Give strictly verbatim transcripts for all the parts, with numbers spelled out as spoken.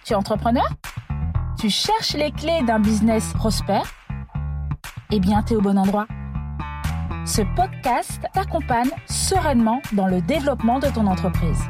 Tu es entrepreneur? Tu cherches les clés d'un business prospère? Eh bien, tu es au bon endroit. Ce podcast t'accompagne sereinement dans le développement de ton entreprise.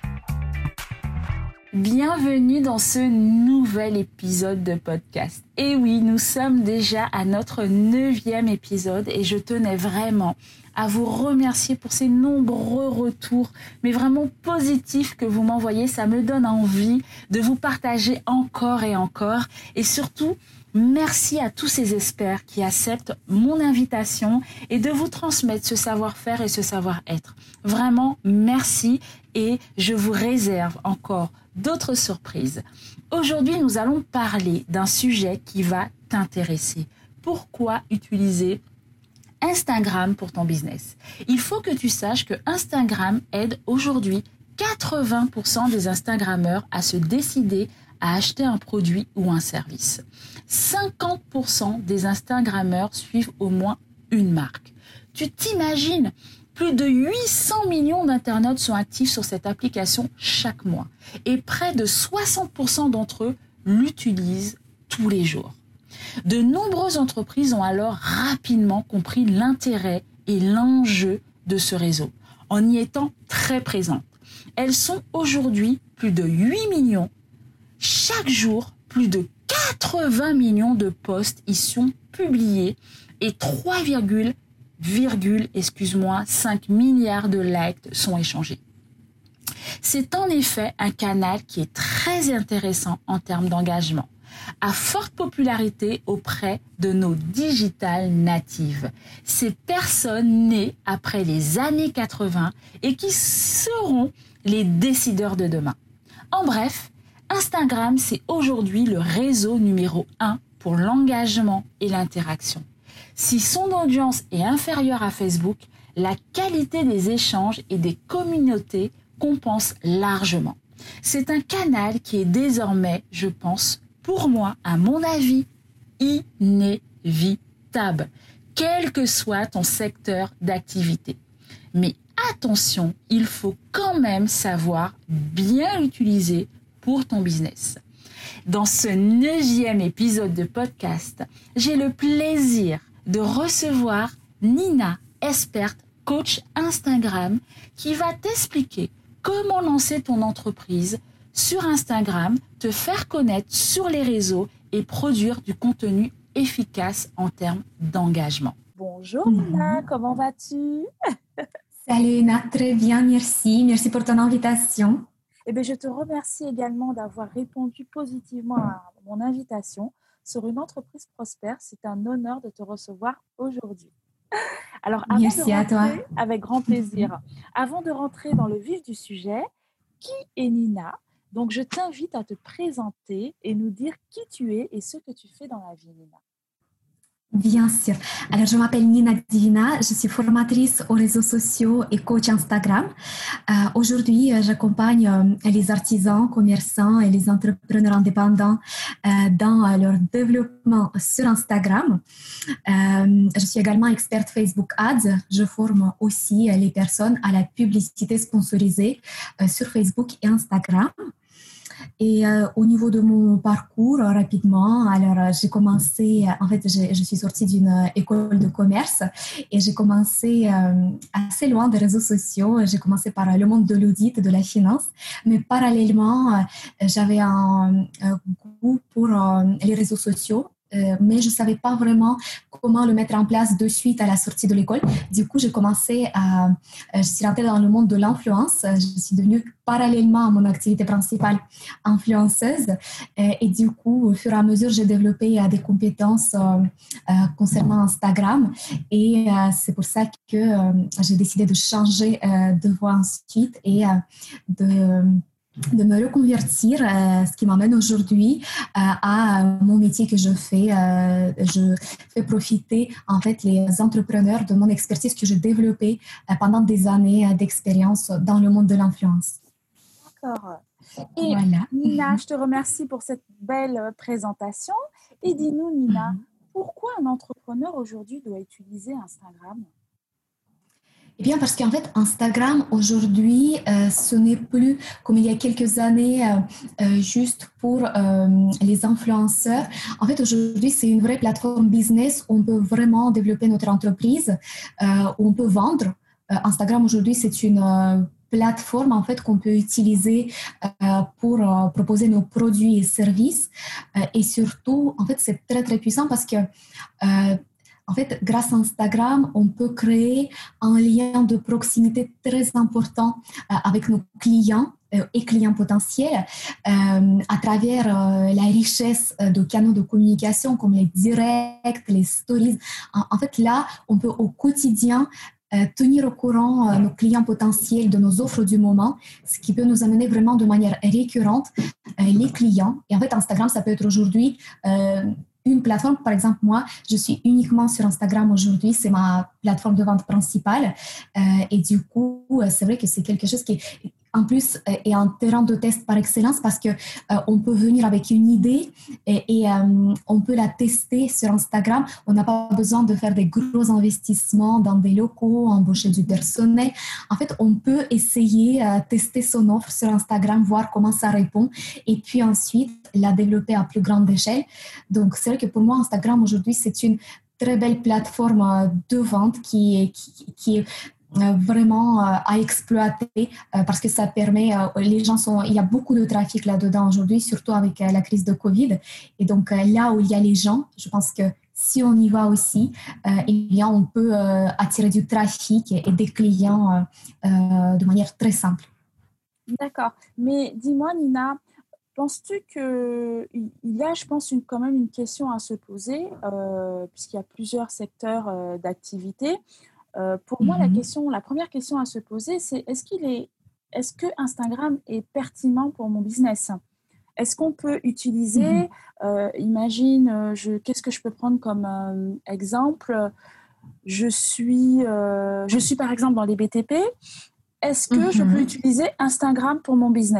Bienvenue dans ce nouvel épisode de podcast. Et oui, nous sommes déjà à notre neuvième épisode et je tenais vraiment à vous remercier pour ces nombreux retours, mais vraiment positifs que vous m'envoyez. Ça me donne envie de vous partager encore et encore. Et surtout, merci à tous ces experts qui acceptent mon invitation et de vous transmettre ce savoir-faire et ce savoir-être. Vraiment, merci et je vous réserve encore d'autres surprises. Aujourd'hui, nous allons parler d'un sujet qui va t'intéresser. Pourquoi utiliser Instagram pour ton business? Il faut que tu saches que Instagram aide aujourd'hui quatre-vingts pour cent des Instagrammeurs à se décider à acheter un produit ou un service. cinquante pour cent des Instagrammeurs suivent au moins une marque. Tu t'imagines? Plus de huit cents millions d'internautes sont actifs sur cette application chaque mois et près de soixante pour cent d'entre eux l'utilisent tous les jours. De nombreuses entreprises ont alors rapidement compris l'intérêt et l'enjeu de ce réseau en y étant très présentes. Elles sont aujourd'hui plus de huit millions. Chaque jour, plus de quatre-vingts millions de posts y sont publiés et trois virgule excuse-moi, cinq milliards de likes sont échangés. C'est en effet un canal qui est très intéressant en termes d'engagement, à forte popularité auprès de nos digital natives, ces personnes nées après les années quatre-vingts et qui seront les décideurs de demain. En bref, Instagram, c'est aujourd'hui le réseau numéro un pour l'engagement et l'interaction. Si son audience est inférieure à Facebook, la qualité des échanges et des communautés compense largement. C'est un canal qui est désormais, je pense, pour moi, à mon avis, inévitable, quel que soit ton secteur d'activité. Mais attention, il faut quand même savoir bien l'utiliser pour ton business. Dans ce neuvième épisode de podcast, j'ai le plaisir de recevoir Nina, experte coach Instagram, qui va t'expliquer comment lancer ton entreprise sur Instagram, te faire connaître sur les réseaux et produire du contenu efficace en termes d'engagement. Bonjour Nina, mmh. Comment vas-tu? Salut Nina, très bien, merci. Merci pour ton invitation. Eh bien, je te remercie également d'avoir répondu positivement à mon invitation sur une entreprise prospère. C'est un honneur de te recevoir aujourd'hui. Alors, avant Merci de rentrer, à toi. Avec grand plaisir. Avant de rentrer dans le vif du sujet, qui est Nina? Donc, je t'invite à te présenter et nous dire qui tu es et ce que tu fais dans la vie, Nina. Bien sûr. Alors, je m'appelle Nina Divina, je suis formatrice aux réseaux sociaux et coach Instagram. Euh, aujourd'hui, j'accompagne euh, les artisans, commerçants et les entrepreneurs indépendants euh, dans euh, leur développement sur Instagram. Euh, je suis également experte Facebook Ads. Je forme aussi euh, les personnes à la publicité sponsorisée euh, sur Facebook et Instagram. Et euh, au niveau de mon parcours, euh, rapidement, alors euh, j'ai commencé, euh, en fait, j'ai, je suis sortie d'une euh, école de commerce et j'ai commencé euh, assez loin des réseaux sociaux. J'ai commencé par euh, le monde de l'audit, de la finance, mais parallèlement, euh, j'avais un, un goût pour euh, les réseaux sociaux. Euh, mais je ne savais pas vraiment comment le mettre en place de suite à la sortie de l'école. Du coup, j'ai commencé à... Euh, je suis rentrée dans le monde de l'influence. Je suis devenue parallèlement à mon activité principale influenceuse. Euh, et du coup, au fur et à mesure, j'ai développé euh, des compétences euh, euh, concernant Instagram. Et euh, c'est pour ça que euh, j'ai décidé de changer euh, de voie ensuite et euh, de... de me reconvertir, euh, ce qui m'amène aujourd'hui euh, à mon métier que je fais. Euh, je fais profiter en fait les entrepreneurs de mon expertise que j'ai développée euh, pendant des années euh, d'expérience dans le monde de l'influence. D'accord. Et voilà. Nina, je te remercie pour cette belle présentation. Et dis-nous, Nina, pourquoi un entrepreneur aujourd'hui doit utiliser Instagram ? Eh bien, parce qu'en fait, Instagram, aujourd'hui, euh, ce n'est plus comme il y a quelques années, euh, euh, juste pour euh, les influenceurs. En fait, aujourd'hui, c'est une vraie plateforme business où on peut vraiment développer notre entreprise, euh, où on peut vendre. Euh, Instagram, aujourd'hui, c'est une euh, plateforme, en fait, qu'on peut utiliser euh, pour euh, proposer nos produits et services. Euh, et surtout, en fait, c'est très, très puissant parce que euh, en fait, grâce à Instagram, on peut créer un lien de proximité très important euh, avec nos clients euh, et clients potentiels euh, à travers euh, la richesse euh, de canaux de communication comme les directs, les stories. En, en fait, là, on peut au quotidien euh, tenir au courant euh, nos clients potentiels de nos offres du moment, ce qui peut nous amener vraiment de manière récurrente euh, les clients. Et en fait, Instagram, ça peut être aujourd'hui euh, une plateforme. Par exemple, moi, je suis uniquement sur Instagram aujourd'hui. C'est ma plateforme de vente principale. Euh, et du coup, c'est vrai que c'est quelque chose qui est, en plus, est un terrain de test par excellence parce que euh, on peut venir avec une idée et, et euh, on peut la tester sur Instagram. On n'a pas besoin de faire des gros investissements dans des locaux, embaucher du personnel. En fait, on peut essayer, euh, tester son offre sur Instagram, voir comment ça répond et puis ensuite la développer à plus grande échelle. Donc, c'est vrai que pour moi, Instagram aujourd'hui, c'est une très belle plateforme de vente qui est, qui, qui est vraiment à exploiter parce que ça permet, les gens sont, il y a beaucoup de trafic là-dedans aujourd'hui, surtout avec la crise de Covid. Et donc, là où il y a les gens, je pense que si on y va aussi, eh bien, on peut attirer du trafic et des clients de manière très simple. D'accord. Mais dis-moi, Nina, penses-tu qu'il y a, je pense, une, quand même une question à se poser, euh, puisqu'il y a plusieurs secteurs euh, d'activité. Euh, pour mm-hmm. moi, la question, la première question à se poser, c'est est-ce qu'il est, est-ce que Instagram est pertinent pour mon business ? Est-ce qu'on peut utiliser, mm-hmm. euh, imagine, je, qu'est-ce que je peux prendre comme euh, exemple ? Je suis, euh, je suis par exemple dans les B T P. Est-ce que mm-hmm. je peux utiliser Instagram pour mon business ?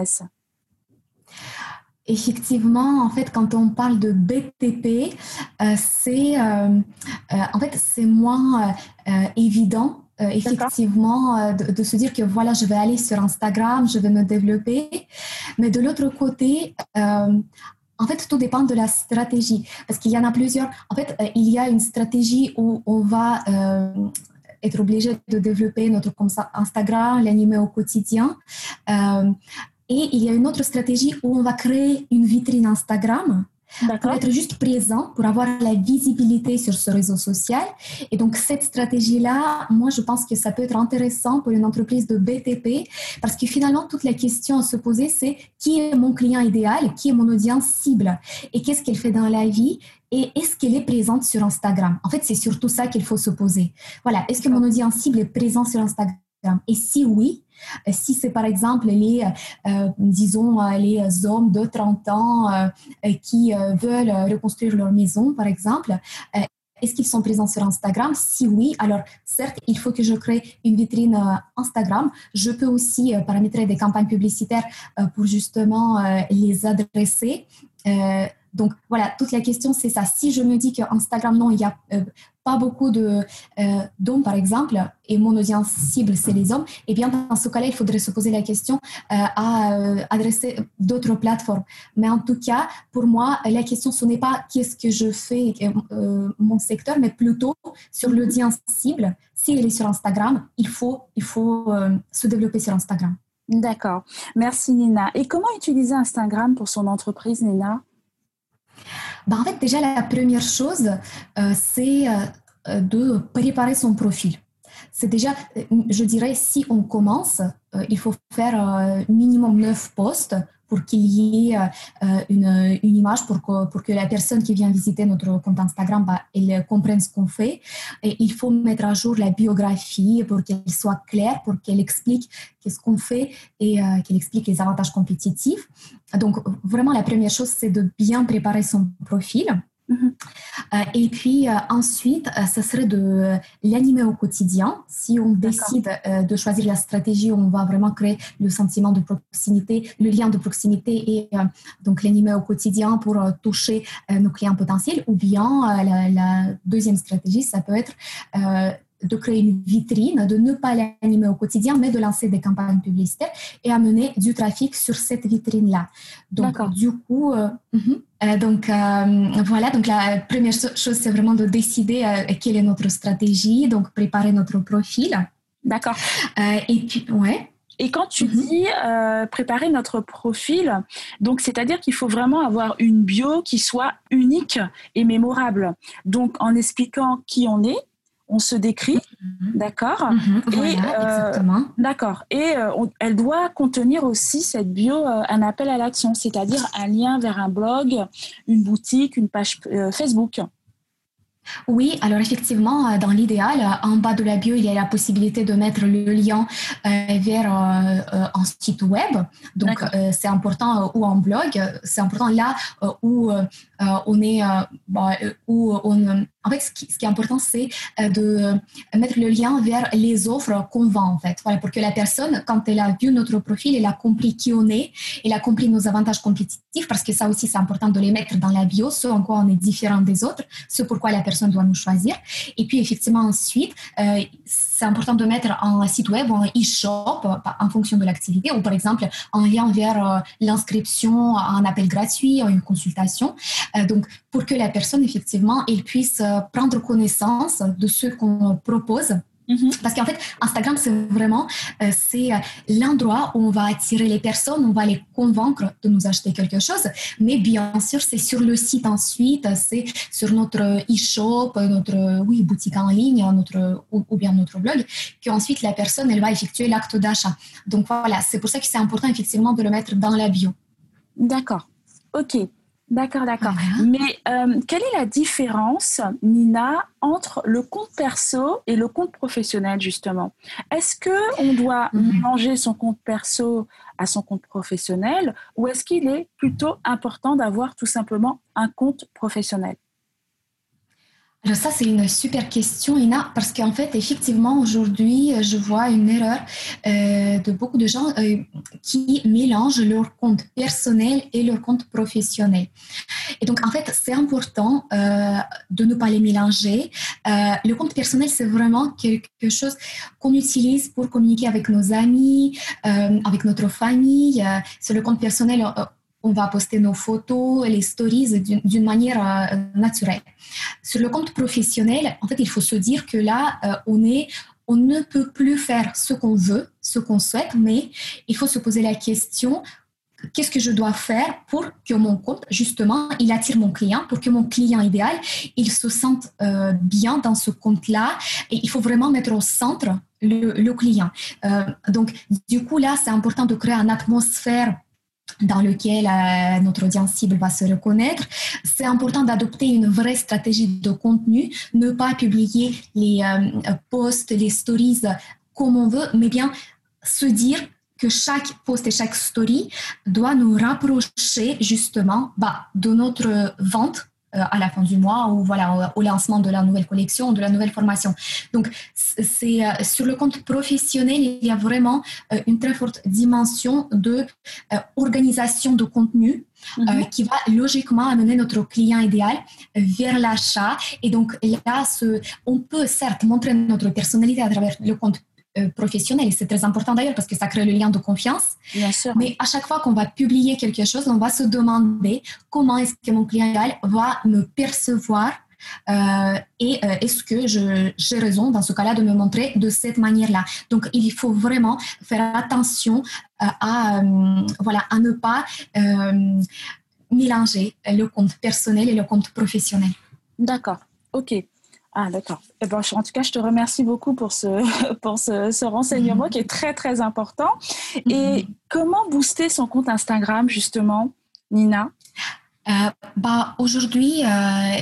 Effectivement, en fait, quand on parle de B T P, euh, c'est euh, euh, en fait c'est moins euh, évident. Euh, effectivement, euh, de, de se dire que voilà, je vais aller sur Instagram, je vais me développer. Mais de l'autre côté, euh, en fait, tout dépend de la stratégie, parce qu'il y en a plusieurs. En fait, euh, il y a une stratégie où on va euh, être obligé de développer notre compte Instagram, l'animer au quotidien. Euh, Et il y a une autre stratégie où on va créer une vitrine Instagram pour être juste présent, pour avoir la visibilité sur ce réseau social. Et donc, cette stratégie-là, moi, je pense que ça peut être intéressant pour une entreprise de B T P parce que finalement, toute la question à se poser, c'est qui est mon client idéal, qui est mon audience cible et qu'est-ce qu'elle fait dans la vie et est-ce qu'elle est présente sur Instagram. En fait, c'est surtout ça qu'il faut se poser. Voilà, est-ce que mon audience cible est présente sur Instagram ? Et si oui, si c'est par exemple les, euh, disons, les hommes de trente ans euh, qui euh, veulent reconstruire leur maison, par exemple, euh, est-ce qu'ils sont présents sur Instagram ? Si oui, alors certes, il faut que je crée une vitrine euh, Instagram. Je peux aussi euh, paramétrer des campagnes publicitaires euh, pour justement euh, les adresser. Euh, donc voilà, toute la question, c'est ça. Si je me dis qu'Instagram, non, il n'y a euh, pas beaucoup de, euh, d'hommes, par exemple, et mon audience cible, c'est les hommes, eh bien, dans ce cas-là, il faudrait se poser la question euh, à euh, adresser d'autres plateformes. Mais en tout cas, pour moi, la question, ce n'est pas qu'est-ce que je fais, euh, mon secteur, mais plutôt sur l'audience cible. Si elle est sur Instagram, il faut, il faut euh, se développer sur Instagram. D'accord. Merci, Nina. Et comment utiliser Instagram pour son entreprise, Nina ? Ben, en fait, déjà, la première chose, euh, c'est euh, de préparer son profil. C'est déjà, je dirais, si on commence, euh, il faut faire euh, minimum neuf posts pour qu'il y ait euh, une, une image, pour que, pour que la personne qui vient visiter notre compte Instagram, bah, elle comprenne ce qu'on fait. Et il faut mettre à jour la biographie pour qu'elle soit claire, pour qu'elle explique qu'est-ce qu'on fait et euh, qu'elle explique les avantages compétitifs. Donc, vraiment, la première chose, c'est de bien préparer son profil. Mm-hmm. Euh, et puis euh, ensuite, euh, ce serait de l'animer au quotidien. Si on décide euh, de choisir la stratégie, on va vraiment créer le sentiment de proximité, le lien de proximité et euh, donc l'animer au quotidien pour euh, toucher euh, nos clients potentiels. Ou bien euh, la, la deuxième stratégie, ça peut être euh, de créer une vitrine, de ne pas l'animer au quotidien, mais de lancer des campagnes publicitaires et amener du trafic sur cette vitrine-là. Donc, D'accord. du coup, euh, mm-hmm. euh, donc euh, voilà. Donc la première chose, c'est vraiment de décider euh, quelle est notre stratégie, donc préparer notre profil. D'accord. Euh, et puis, ouais. Et quand tu mm-hmm. dis euh, préparer notre profil, donc c'est-à-dire qu'il faut vraiment avoir une bio qui soit unique et mémorable. Donc en expliquant qui on est, on se décrit, mm-hmm. d'accord. Mm-hmm. Voilà, et, euh, exactement. D'accord. Et euh, on, elle doit contenir aussi cette bio euh, un appel à l'action, c'est-à-dire un lien vers un blog, une boutique, une page euh, Facebook. Oui, alors effectivement, dans l'idéal, en bas de la bio, il y a la possibilité de mettre le lien euh, vers euh, un site web. Donc, euh, c'est important, euh, ou un blog. C'est important là euh, où euh, on est, euh, bah, où on... En fait, ce qui, ce qui est important, c'est euh, de mettre le lien vers les offres qu'on vend, en fait. Voilà, pour que la personne, quand elle a vu notre profil, elle a compris qui on est, elle a compris nos avantages compétitifs, parce que ça aussi, c'est important de les mettre dans la bio, ce en quoi on est différent des autres, ce pourquoi la personne doit nous choisir. Et puis, effectivement, ensuite, euh, c'est important de mettre un site web ou un e-shop en fonction de l'activité, ou par exemple, un lien vers euh, l'inscription à un appel gratuit, à une consultation. Euh, donc, pour que la personne, effectivement, elle puisse euh, prendre connaissance de ce qu'on propose. Mm-hmm. Parce qu'en fait, Instagram, c'est vraiment euh, c'est euh, l'endroit où on va attirer les personnes, on va les convaincre de nous acheter quelque chose. Mais bien sûr, c'est sur le site ensuite, c'est sur notre e-shop, notre oui, boutique en ligne, notre, ou, ou bien notre blog, qu'ensuite la personne, elle va effectuer l'acte d'achat. Donc voilà, c'est pour ça que c'est important effectivement de le mettre dans la bio. D'accord, ok. D'accord, d'accord. Voilà. Mais euh, quelle est la différence, Nina, entre le compte perso et le compte professionnel, justement? Est-ce qu'on doit mm-hmm. mélanger son compte perso à son compte professionnel, ou est-ce qu'il est plutôt important d'avoir tout simplement un compte professionnel? Alors ça, c'est une super question, Ina, parce qu'en fait, effectivement, aujourd'hui, je vois une erreur euh, de beaucoup de gens euh, qui mélangent leur compte personnel et leur compte professionnel. Et donc, en fait, c'est important euh, de ne pas les mélanger. Euh, le compte personnel, c'est vraiment quelque chose qu'on utilise pour communiquer avec nos amis, euh, avec notre famille. Euh, sur le compte personnel, euh, on va poster nos photos, les stories d'une, d'une manière euh, naturelle. Sur le compte professionnel, en fait, il faut se dire que là, euh, on est, on ne peut plus faire ce qu'on veut, ce qu'on souhaite, mais il faut se poser la question, qu'est-ce que je dois faire pour que mon compte, justement, il attire mon client, pour que mon client idéal, il se sente euh, bien dans ce compte-là. Et il faut vraiment mettre au centre le, le client. Euh, donc, du coup, là, c'est important de créer une atmosphère dans lequel euh, notre audience cible va se reconnaître. C'est important d'adopter une vraie stratégie de contenu, ne pas publier les euh, posts, les stories comme on veut, mais bien se dire que chaque post et chaque story doit nous rapprocher justement bah, de notre vente à la fin du mois ou voilà, au lancement de la nouvelle collection, de la nouvelle formation. Donc, c'est, sur le compte professionnel, il y a vraiment une très forte dimension de euh, organisation de contenu mm-hmm. euh, qui va logiquement amener notre client idéal vers l'achat. Et donc, là, ce, on peut certes montrer notre personnalité à travers le compte Euh, professionnel, et c'est très important d'ailleurs parce que ça crée le lien de confiance. Bien sûr. Mais à chaque fois qu'on va publier quelque chose, on va se demander comment est-ce que mon client idéal va me percevoir euh, et euh, est-ce que je, j'ai raison dans ce cas-là de me montrer de cette manière-là. Donc il faut vraiment faire attention euh, à, euh, voilà, à ne pas euh, mélanger le compte personnel et le compte professionnel. D'accord, ok. Ah, d'accord. Eh ben, en tout cas, je te remercie beaucoup pour ce, pour ce, ce renseignement mm-hmm. qui est très, très important. Mm-hmm. Et comment booster son compte Instagram, justement, Nina? Euh, bah, aujourd'hui, euh,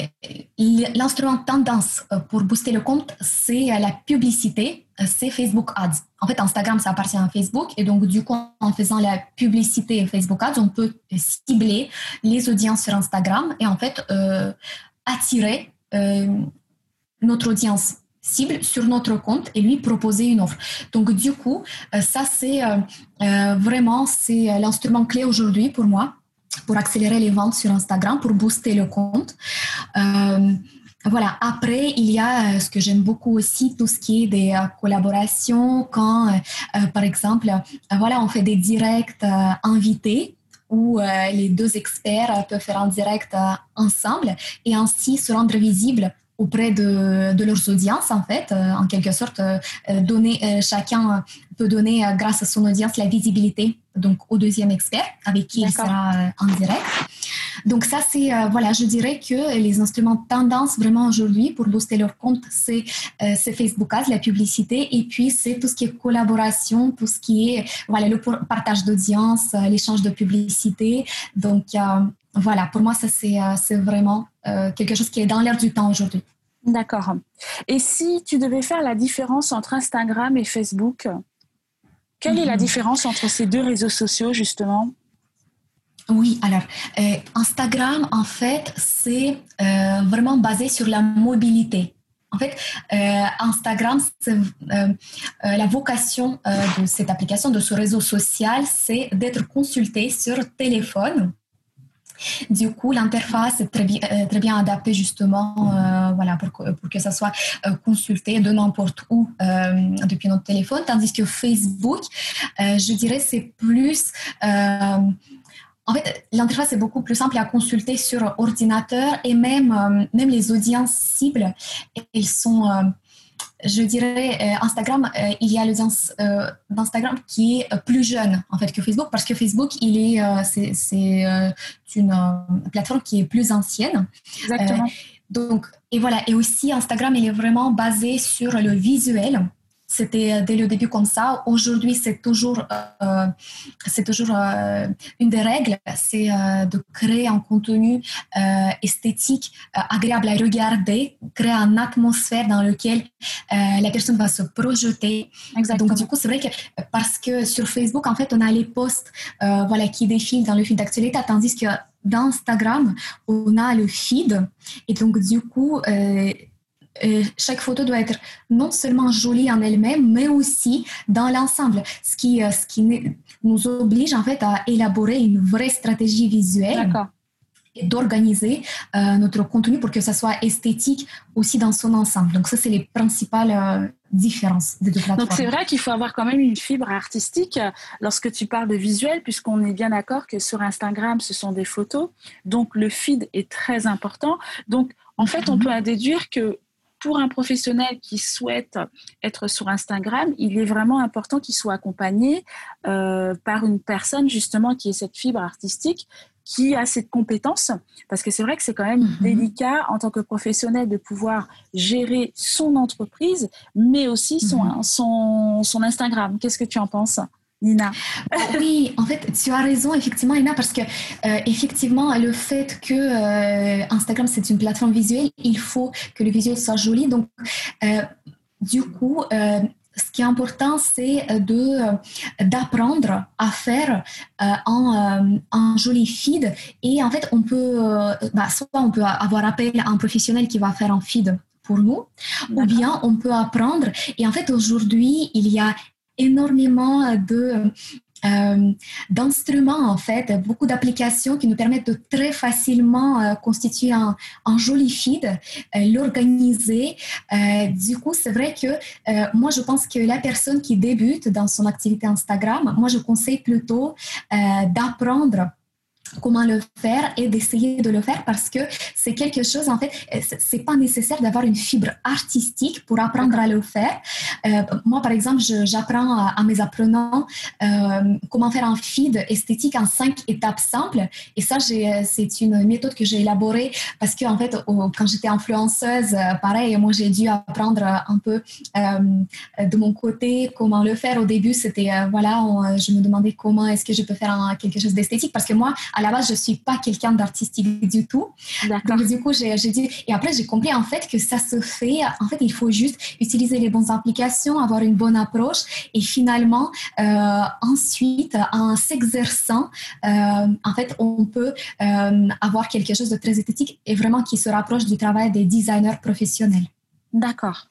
l'instrument tendance pour booster le compte, c'est la publicité, c'est Facebook Ads. En fait, Instagram, ça appartient à Facebook. Et donc, du coup, en faisant la publicité Facebook Ads, on peut cibler les audiences sur Instagram et en fait, euh, attirer euh, notre audience cible sur notre compte et lui proposer une offre. Donc, du coup, ça, c'est euh, euh, vraiment c'est l'instrument clé aujourd'hui pour moi, pour accélérer les ventes sur Instagram, pour booster le compte. Euh, Voilà, après, il y a euh, ce que j'aime beaucoup aussi, tout ce qui est des euh, collaborations, quand, euh, euh, par exemple, euh, voilà, on fait des directs euh, invités où euh, les deux experts euh, peuvent faire un direct euh, ensemble et ainsi se rendre visibles auprès de, de leurs audiences, en fait, euh, en quelque sorte, euh, euh, donner, euh, chacun peut donner, euh, grâce à son audience, la visibilité donc, au deuxième expert avec qui il D'accord. sera euh, en direct. Donc ça, c'est, euh, voilà, je dirais que les instruments de tendance vraiment aujourd'hui pour booster leur compte, c'est, euh, c'est Facebook Ads, la publicité, et puis c'est tout ce qui est collaboration, tout ce qui est, voilà, le partage d'audience, euh, l'échange de publicité. Donc euh, voilà, pour moi, ça, c'est, euh, c'est vraiment euh, quelque chose qui est dans l'air du temps aujourd'hui. D'accord. Et si tu devais faire la différence entre Instagram et Facebook, quelle mm-hmm. est la différence entre ces deux réseaux sociaux, justement ? Oui, alors, euh, Instagram, en fait, c'est euh, vraiment basé sur la mobilité. En fait, euh, Instagram, c'est, euh, euh, la vocation euh, de cette application, de ce réseau social, c'est d'être consulté sur téléphone. Du coup, l'interface est très bien, euh, très bien adaptée justement euh, voilà, pour, que, pour que ça soit euh, consulté de n'importe où euh, depuis notre téléphone. Tandis que Facebook, euh, je dirais, c'est plus... Euh, En fait, l'interface est beaucoup plus simple à consulter sur ordinateur et même, euh, même les audiences cibles, elles sont, euh, je dirais, euh, Instagram, euh, il y a l'audience euh, d'Instagram qui est plus jeune en fait que Facebook parce que Facebook, il est, euh, c'est, c'est euh, une euh, plateforme qui est plus ancienne. Exactement. Euh, donc, et voilà, et aussi Instagram, il est vraiment basé sur le visuel. C'était dès le début comme ça. Aujourd'hui, c'est toujours, euh, c'est toujours euh, une des règles, c'est euh, de créer un contenu euh, esthétique, euh, agréable à regarder, créer une atmosphère dans laquelle euh, la personne va se projeter. Exactement. Donc, du coup, c'est vrai que parce que sur Facebook, en fait, on a les posts euh, voilà, qui défilent dans le feed d'actualité, tandis que dans Instagram, on a le feed. Et donc, du coup... Euh, Euh, chaque photo doit être non seulement jolie en elle-même, mais aussi dans l'ensemble, ce qui, euh, ce qui nous oblige en fait à élaborer une vraie stratégie visuelle. D'accord. Et d'organiser euh, notre contenu pour que ça soit esthétique aussi dans son ensemble. Donc ça, c'est les principales euh, différences des deux plateformes. Donc c'est vrai qu'il faut avoir quand même une fibre artistique lorsque tu parles de visuel, puisqu'on est bien d'accord que sur Instagram, ce sont des photos. Donc le feed est très important. Donc en fait, on peut en déduire que pour un professionnel qui souhaite être sur Instagram, il est vraiment important qu'il soit accompagné euh, par une personne justement qui ait cette fibre artistique, qui a cette compétence, parce que c'est vrai que c'est quand même mm-hmm. délicat en tant que professionnel de pouvoir gérer son entreprise, mais aussi son, mm-hmm. son, son Instagram. Qu'est-ce que tu en penses, Nina? Oui, en fait, tu as raison, effectivement, Nina, parce que euh, effectivement, le fait que euh, Instagram, c'est une plateforme visuelle, il faut que le visuel soit joli. Donc, euh, du coup, euh, ce qui est important, c'est de, d'apprendre à faire euh, un, un joli feed. Et en fait, on peut, euh, bah, soit on peut avoir appel à un professionnel qui va faire un feed pour nous, D'accord. ou bien on peut apprendre. Et en fait, aujourd'hui, il y a énormément de... Euh, d'instruments en fait, beaucoup d'applications qui nous permettent de très facilement euh, constituer un, un joli feed, euh, l'organiser. Euh, du coup, c'est vrai que euh, moi, je pense que la personne qui débute dans son activité Instagram, moi, je conseille plutôt euh, d'apprendre comment le faire et d'essayer de le faire parce que c'est quelque chose, en fait, c'est pas nécessaire d'avoir une fibre artistique pour apprendre à le faire. Euh, moi, par exemple, je, j'apprends à, à mes apprenants euh, comment faire un feed esthétique en cinq étapes simples. Et ça, j'ai, c'est une méthode que j'ai élaborée parce que, en fait, au, quand j'étais influenceuse, pareil, moi, j'ai dû apprendre un peu euh, de mon côté comment le faire. Au début, c'était, euh, voilà, on, je me demandais comment est-ce que je peux faire un, quelque chose d'esthétique parce que moi, à la base, je ne suis pas quelqu'un d'artistique du tout. D'accord. Donc, du coup, j'ai, j'ai dit... Et après, j'ai compris, en fait, que ça se fait... En fait, il faut juste utiliser les bonnes applications, avoir une bonne approche. Et finalement, euh, ensuite, en s'exerçant, euh, en fait, on peut euh, avoir quelque chose de très esthétique et vraiment qui se rapproche du travail des designers professionnels. D'accord.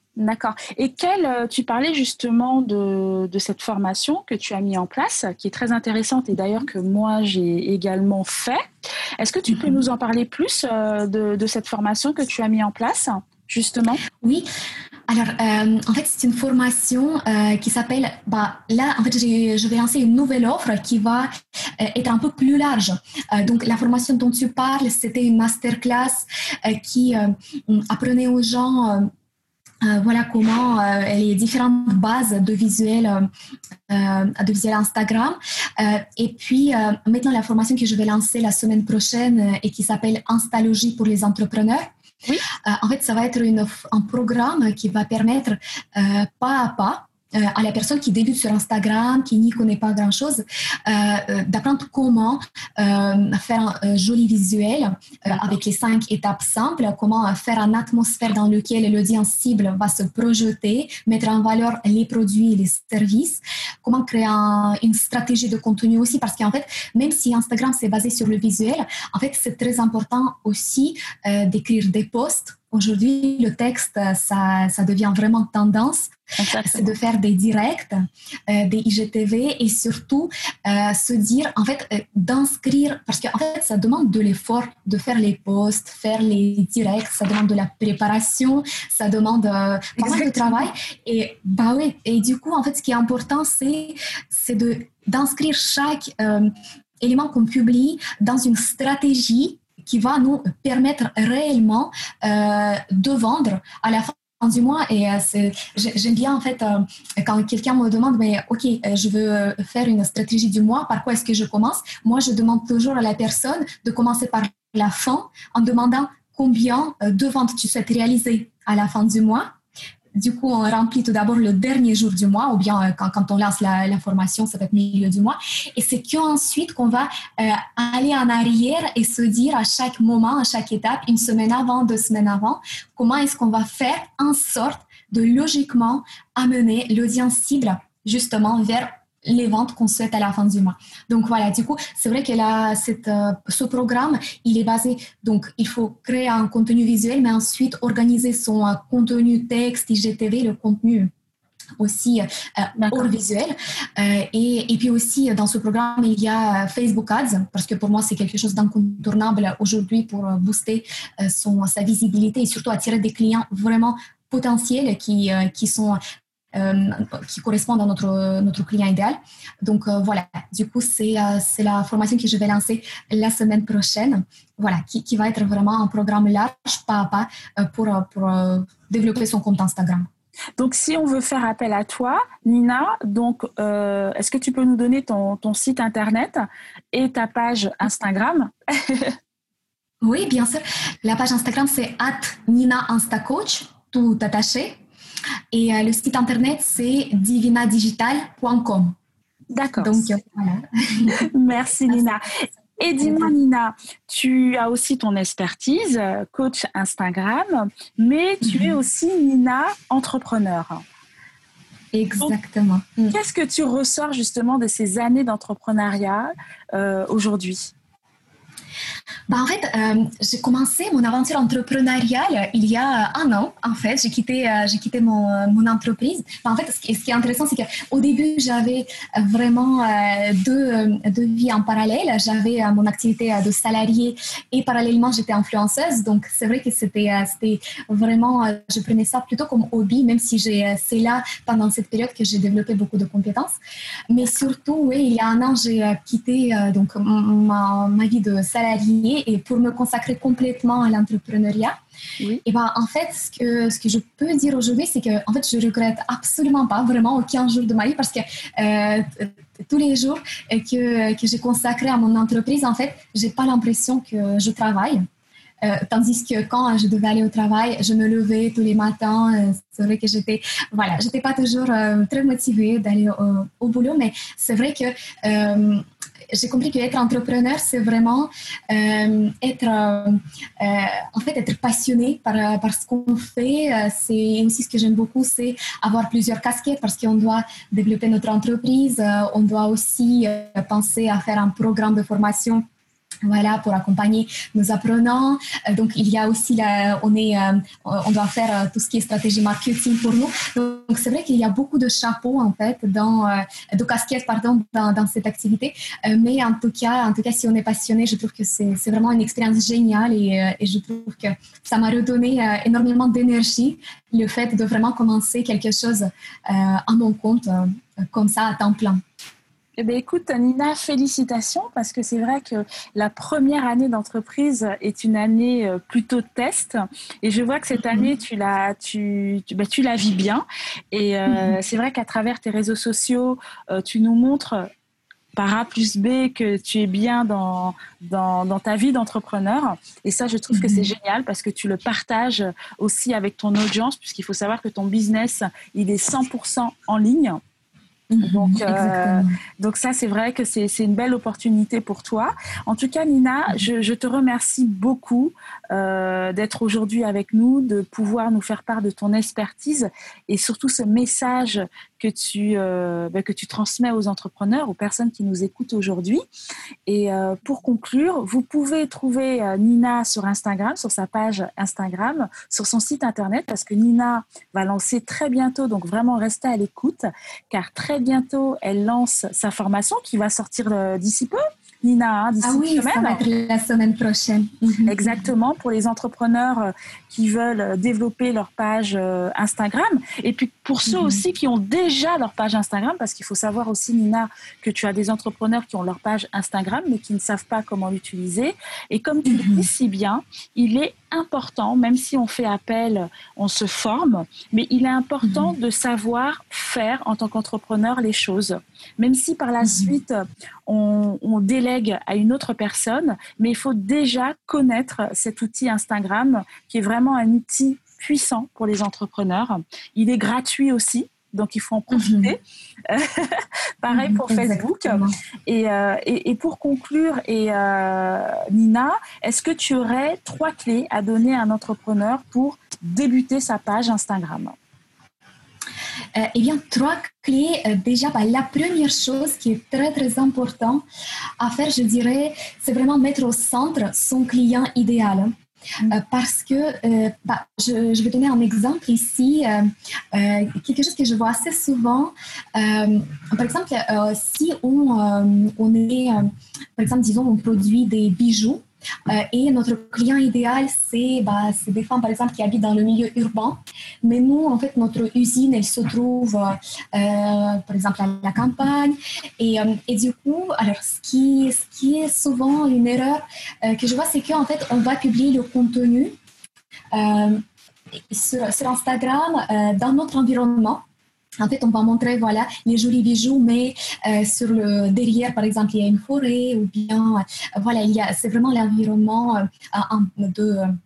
D'accord. Et quelle, tu parlais justement de, de cette formation que tu as mis en place, qui est très intéressante et d'ailleurs que moi j'ai également fait. Est-ce que tu peux nous en parler plus euh, de, de cette formation que tu as mis en place, justement? Oui, alors euh, en fait c'est une formation euh, qui s'appelle, bah, là en fait j'ai- je vais lancer une nouvelle offre qui va euh, être un peu plus large. Euh, donc la formation dont tu parles, c'était une masterclass euh, qui euh, apprenait aux gens euh, Euh, voilà comment euh, les différentes bases de visuels, euh, de visuels Instagram. Euh, et puis euh, maintenant la formation que je vais lancer la semaine prochaine euh, et qui s'appelle Instalogie pour les entrepreneurs. Oui. Euh, en fait, ça va être une, un programme qui va permettre euh, pas à pas euh, à la personne qui débute sur Instagram, qui n'y connaît pas grand-chose, euh, euh, d'apprendre comment euh, faire un euh, joli visuel euh, avec les cinq étapes simples, comment faire une atmosphère dans laquelle l'audience cible va se projeter, mettre en valeur les produits et les services, comment créer un, une stratégie de contenu aussi, parce qu'en fait, même si Instagram c'est basé sur le visuel, en fait, c'est très important aussi euh, d'écrire des posts. Aujourd'hui, le texte, ça, ça devient vraiment tendance. Exactement. C'est de faire des directs, euh, des I G T V et surtout euh, se dire, en fait, euh, d'inscrire, parce qu'en fait, ça demande de l'effort de faire les posts, faire les directs, ça demande de la préparation, ça demande euh, pas mal de travail. Et, bah oui, et du coup, en fait, ce qui est important, c'est, c'est de, d'inscrire chaque euh, élément qu'on publie dans une stratégie qui va nous permettre réellement euh, de vendre à la fin du mois. Et euh, c'est, j'aime bien en fait euh, quand quelqu'un me demande mais ok euh, je veux faire une stratégie du mois, par quoi est-ce que je commence? Moi je demande toujours à la personne de commencer par la fin en demandant combien euh, de ventes tu souhaites réaliser à la fin du mois. Du coup, on remplit tout d'abord le dernier jour du mois, ou bien euh, quand, quand on lance la, la formation, ça va être milieu du mois. Et c'est qu'ensuite qu'on va euh, aller en arrière et se dire à chaque moment, à chaque étape, une semaine avant, deux semaines avant, comment est-ce qu'on va faire en sorte de logiquement amener l'audience cible justement vers les ventes qu'on souhaite à la fin du mois. Donc voilà, du coup, c'est vrai que là, cette, euh, ce programme, il est basé, donc il faut créer un contenu visuel, mais ensuite organiser son euh, contenu texte, I G T V, le contenu aussi euh, hors visuel. Euh, et, et puis aussi, dans ce programme, il y a Facebook Ads, parce que pour moi, c'est quelque chose d'incontournable aujourd'hui pour booster euh, son, sa visibilité et surtout attirer des clients vraiment potentiels qui, euh, qui sont... Euh, qui correspondent à notre, notre client idéal. Donc euh, voilà, du coup, c'est, euh, c'est la formation que je vais lancer la semaine prochaine, voilà, qui, qui va être vraiment un programme large, pas à pas, euh, pour, pour euh, développer son compte Instagram. Donc, si on veut faire appel à toi, Nina, donc, euh, est-ce que tu peux nous donner ton, ton site internet et ta page Instagram? Oui, bien sûr. La page Instagram, c'est arobase Nina Instacoach, tout attaché. Et euh, le site internet, c'est divina digital point com. D'accord. Donc, euh, voilà. Merci, Nina. Et dis-moi, Nina, tu as aussi ton expertise, coach Instagram, mais tu mm-hmm. es aussi, Nina, entrepreneur. Exactement. Donc, qu'est-ce que tu ressors justement de ces années d'entrepreneuriat euh, aujourd'hui? Bah en fait, euh, j'ai commencé mon aventure entrepreneuriale il y a un an. En fait, j'ai quitté, euh, j'ai quitté mon, mon entreprise. Bah, en fait, ce qui, ce qui est intéressant, c'est qu'au début, j'avais vraiment euh, deux, deux vies en parallèle. J'avais euh, mon activité de salarié et parallèlement, j'étais influenceuse. Donc, c'est vrai que c'était, euh, c'était vraiment, euh, je prenais ça plutôt comme hobby, même si j'ai, euh, c'est là, pendant cette période, que j'ai développé beaucoup de compétences. Mais surtout, oui, il y a un an, j'ai euh, quitté euh, donc, ma, ma vie de salarié et pour me consacrer complètement à l'entrepreneuriat. Oui. Et ben, en fait, ce que, ce que je peux dire aujourd'hui, c'est que en fait, je regrette absolument pas, vraiment aucun jour de ma vie, parce que euh, tous les jours que, que j'ai consacré à mon entreprise, en fait, j'ai pas l'impression que je travaille. Euh, tandis que quand je devais aller au travail, je me levais tous les matins. Euh, c'est vrai que j'étais, voilà, j'étais pas toujours euh, très motivée d'aller au, au boulot, mais c'est vrai que euh, j'ai compris qu'être entrepreneur, c'est vraiment euh, être, euh, euh, en fait, être passionné par, par ce qu'on fait. Euh, c'est aussi ce que j'aime beaucoup, c'est avoir plusieurs casquettes parce qu'on doit développer notre entreprise. Euh, on doit aussi euh, penser à faire un programme de formation Voilà, pour accompagner nos apprenants. Euh, donc, il y a aussi, la, on, est, euh, on doit faire euh, tout ce qui est stratégie marketing pour nous. Donc, c'est vrai qu'il y a beaucoup de chapeaux, en fait, dans, euh, de casquettes, pardon, dans, dans cette activité. Euh, mais en tout cas, en tout cas, si on est passionné, je trouve que c'est, c'est vraiment une expérience géniale et, euh, et je trouve que ça m'a redonné euh, énormément d'énergie, le fait de vraiment commencer quelque chose euh, à mon compte, euh, comme ça, à temps plein. Eh bien, écoute, Nina, félicitations parce que c'est vrai que la première année d'entreprise est une année plutôt test et je vois que cette année, tu la, tu, tu, bah, tu la vis bien et euh, c'est vrai qu'à travers tes réseaux sociaux, euh, tu nous montres par A plus B que tu es bien dans, dans, dans ta vie d'entrepreneur et ça, je trouve que c'est génial parce que tu le partages aussi avec ton audience puisqu'il faut savoir que ton business, il est cent pour cent en ligne. Donc, euh, donc ça, c'est vrai que c'est, c'est une belle opportunité pour toi. En tout cas, Nina, je, je te remercie beaucoup euh, d'être aujourd'hui avec nous, de pouvoir nous faire part de ton expertise et surtout ce message que tu, euh, bah, que tu transmets aux entrepreneurs, aux personnes qui nous écoutent aujourd'hui. Et euh, pour conclure, vous pouvez trouver euh, Nina sur Instagram, sur sa page Instagram, sur son site internet, parce que Nina va lancer très bientôt, donc vraiment restez à l'écoute, car très bientôt, elle lance sa formation qui va sortir euh, d'ici peu. Nina, hein, d'ici ah oui, une semaine. Ça va être la semaine prochaine. Exactement, pour les entrepreneurs qui veulent développer leur page Instagram. Et puis pour ceux mm-hmm. aussi qui ont déjà leur page Instagram, parce qu'il faut savoir aussi, Nina, que tu as des entrepreneurs qui ont leur page Instagram, mais qui ne savent pas comment l'utiliser. Et comme tu mm-hmm. le dis si bien, il est important, même si on fait appel, on se forme, mais il est important mm-hmm. de savoir faire en tant qu'entrepreneur les choses. Même si par la mm-hmm. suite, on, on délègue à une autre personne, mais il faut déjà connaître cet outil Instagram qui est vraiment un outil puissant pour les entrepreneurs. Il est gratuit aussi, donc il faut en profiter. Mm-hmm. Pareil pour Facebook. Et, euh, et, et pour conclure, et, euh, Nina, est-ce que tu aurais trois clés à donner à un entrepreneur pour débuter sa page Instagram ? Euh, eh bien, trois clés. Euh, déjà, bah, la première chose qui est très, très importante à faire, je dirais, c'est vraiment mettre au centre son client idéal. Euh, parce que, euh, bah, je, je vais donner un exemple ici, euh, euh, quelque chose que je vois assez souvent. Euh, par exemple, euh, si on, euh, on est, euh, par exemple, disons, on produit des bijoux, Euh, et notre client idéal, c'est, bah, c'est des femmes, par exemple, qui habitent dans le milieu urbain. Mais nous, en fait, notre usine, elle se trouve, euh, par exemple, à la campagne. Et, euh, et du coup, alors, ce qui, ce qui est souvent une erreur euh, que je vois, c'est qu'en fait, on va publier le contenu euh, sur, sur Instagram euh, dans notre environnement. En fait, on va montrer voilà, les jolis bijoux, mais euh, sur le derrière, par exemple, il y a une forêt ou bien, euh, voilà, il y a, c'est vraiment l'environnement euh, de,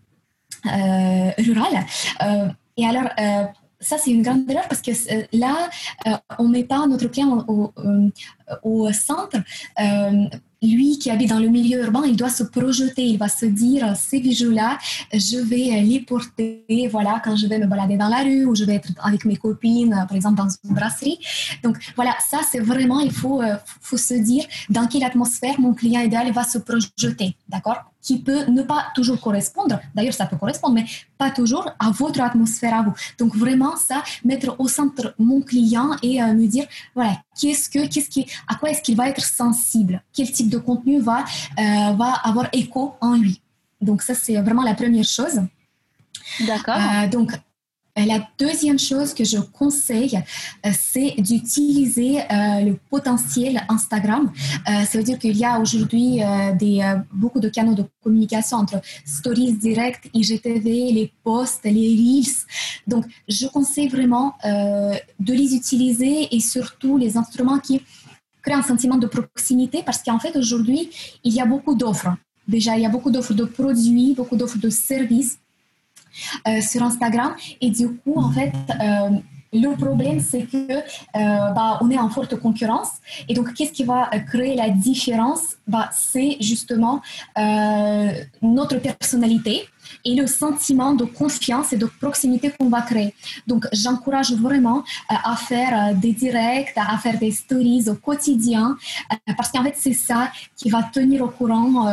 euh, rural. Euh, et alors, euh, ça, c'est une grande erreur parce que euh, là, euh, on ne met pas notre client au, au, au centre. Euh, Lui qui habite dans le milieu urbain, il doit se projeter, il va se dire, ces bijoux-là, je vais les porter, voilà, quand je vais me balader dans la rue ou je vais être avec mes copines, par exemple, dans une brasserie. Donc, voilà, ça, c'est vraiment, il faut, euh, faut se dire dans quelle atmosphère mon client idéal va se projeter, d'accord ? Qui peut ne pas toujours correspondre, d'ailleurs, ça peut correspondre, mais pas toujours à votre atmosphère à vous. Donc, vraiment, ça, mettre au centre mon client et euh, me dire, voilà, qu'est-ce que, qu'est-ce qui, à quoi est-ce qu'il va être sensible ? Quel type de contenu va, euh, va avoir écho en lui. Donc ça, c'est vraiment la première chose. D'accord. Euh, donc, la deuxième chose que je conseille, euh, c'est d'utiliser euh, le potentiel Instagram. Euh, ça veut dire qu'il y a aujourd'hui euh, des, euh, beaucoup de canaux de communication entre stories directes, I G T V, les posts, les reels. Donc, je conseille vraiment euh, de les utiliser et surtout les instruments qui créer un sentiment de proximité parce qu'en fait, aujourd'hui, il y a beaucoup d'offres. Déjà, il y a beaucoup d'offres de produits, beaucoup d'offres de services euh, sur Instagram. Et du coup, en fait, euh, le problème, c'est que euh, bah, on est en forte concurrence. Et donc, qu'est-ce qui va créer la différence ? Bah, c'est justement euh, notre personnalité et le sentiment de confiance et de proximité qu'on va créer. Donc, j'encourage vraiment euh, à faire euh, des directs, à faire des stories au quotidien, euh, parce qu'en fait, c'est ça qui va tenir au courant euh,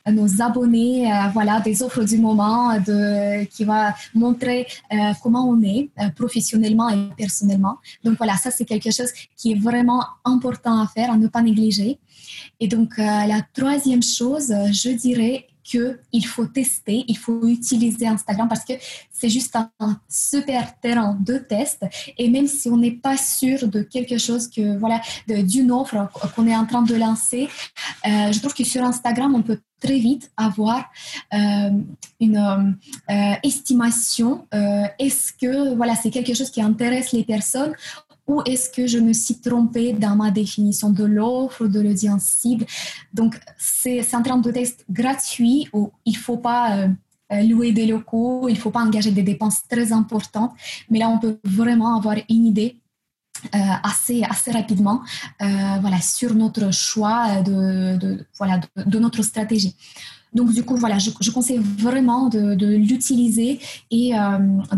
nos abonnés, euh, voilà, des offres du moment, de, qui va montrer euh, comment on est euh, professionnellement et personnellement. Donc voilà, ça c'est quelque chose qui est vraiment important à faire, à ne pas négliger. Et donc euh, la troisième chose, je dirais qu'il faut tester, il faut utiliser Instagram parce que c'est juste un super terrain de test. Et même si on n'est pas sûr de quelque chose, que, voilà, de, d'une offre qu'on est en train de lancer, euh, je trouve que sur Instagram, on peut très vite avoir euh, une euh, estimation. Euh, est-ce que voilà, c'est quelque chose qui intéresse les personnes ou est-ce que je me suis trompée dans ma définition de l'offre, de l'audience cible? Donc, c'est, c'est un terrain de test gratuit où il ne faut pas euh, louer des locaux, il ne faut pas engager des dépenses très importantes, mais là, on peut vraiment avoir une idée euh, assez, assez rapidement euh, voilà, sur notre choix de, de, voilà, de, de notre stratégie. Donc, du coup, voilà, je, je conseille vraiment de, de l'utiliser et, euh,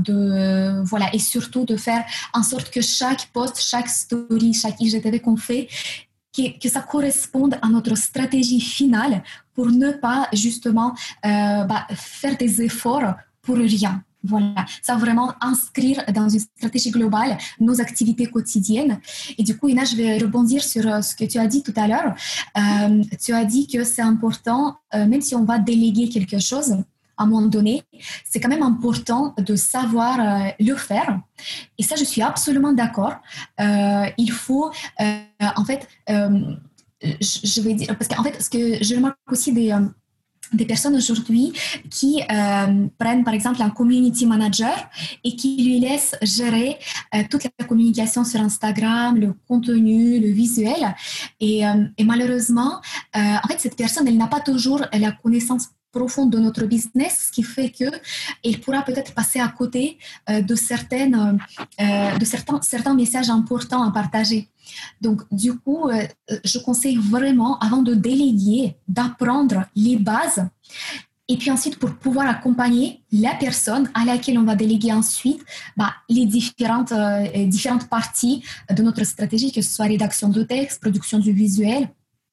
de, voilà, et surtout de faire en sorte que chaque post, chaque story, chaque I G T V qu'on fait, que, que ça corresponde à notre stratégie finale pour ne pas justement euh, bah, faire des efforts pour rien. Voilà, ça va vraiment inscrire dans une stratégie globale nos activités quotidiennes. Et du coup, Ina, je vais rebondir sur ce que tu as dit tout à l'heure. Euh, tu as dit que c'est important, euh, même si on va déléguer quelque chose à un moment donné, c'est quand même important de savoir euh, le faire. Et ça, je suis absolument d'accord. Euh, il faut, euh, en fait, euh, je, je vais dire, parce qu'en fait, ce que je remarque aussi des... Euh, des personnes aujourd'hui qui euh, prennent par exemple un community manager et qui lui laissent gérer euh, toute la communication sur Instagram, le contenu, le visuel. Et, euh, et malheureusement, euh, en fait, cette personne, elle n'a pas toujours la connaissance profonde de notre business, ce qui fait qu'elle pourra peut-être passer à côté euh, de, certaines, euh, de certains, certains messages importants à partager. Donc, du coup, euh, je conseille vraiment, avant de déléguer, d'apprendre les bases et puis ensuite, pour pouvoir accompagner la personne à laquelle on va déléguer ensuite bah, les différentes, euh, différentes parties de notre stratégie, que ce soit rédaction de texte, production du visuel,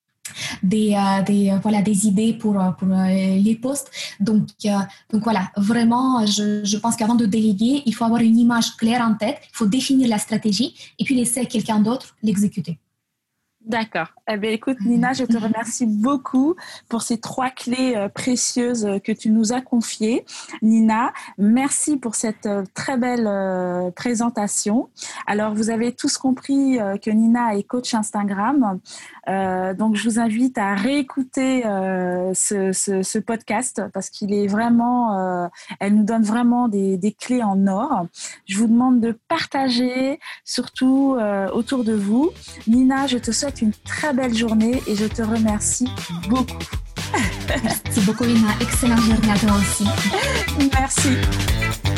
Des, euh, des, euh, voilà, des idées pour, pour euh, les posts. Donc, euh, donc voilà, vraiment, je, je pense qu'avant de déléguer, il faut avoir une image claire en tête, il faut définir la stratégie et puis laisser à quelqu'un d'autre l'exécuter. D'accord. Eh bien, écoute, Nina, je te remercie beaucoup pour ces trois clés euh, précieuses que tu nous as confiées. Nina, merci pour cette euh, très belle euh, présentation. Alors, vous avez tous compris euh, que Nina est coach Instagram. Euh, donc, je vous invite à réécouter euh, ce, ce, ce podcast parce qu'il est vraiment, euh, elle nous donne vraiment des, des clés en or. Je vous demande de partager, surtout euh, autour de vous. Nina, je te souhaite une très belle journée et je te remercie beaucoup. Merci beaucoup, Ina. Excellente journée à toi aussi. Merci.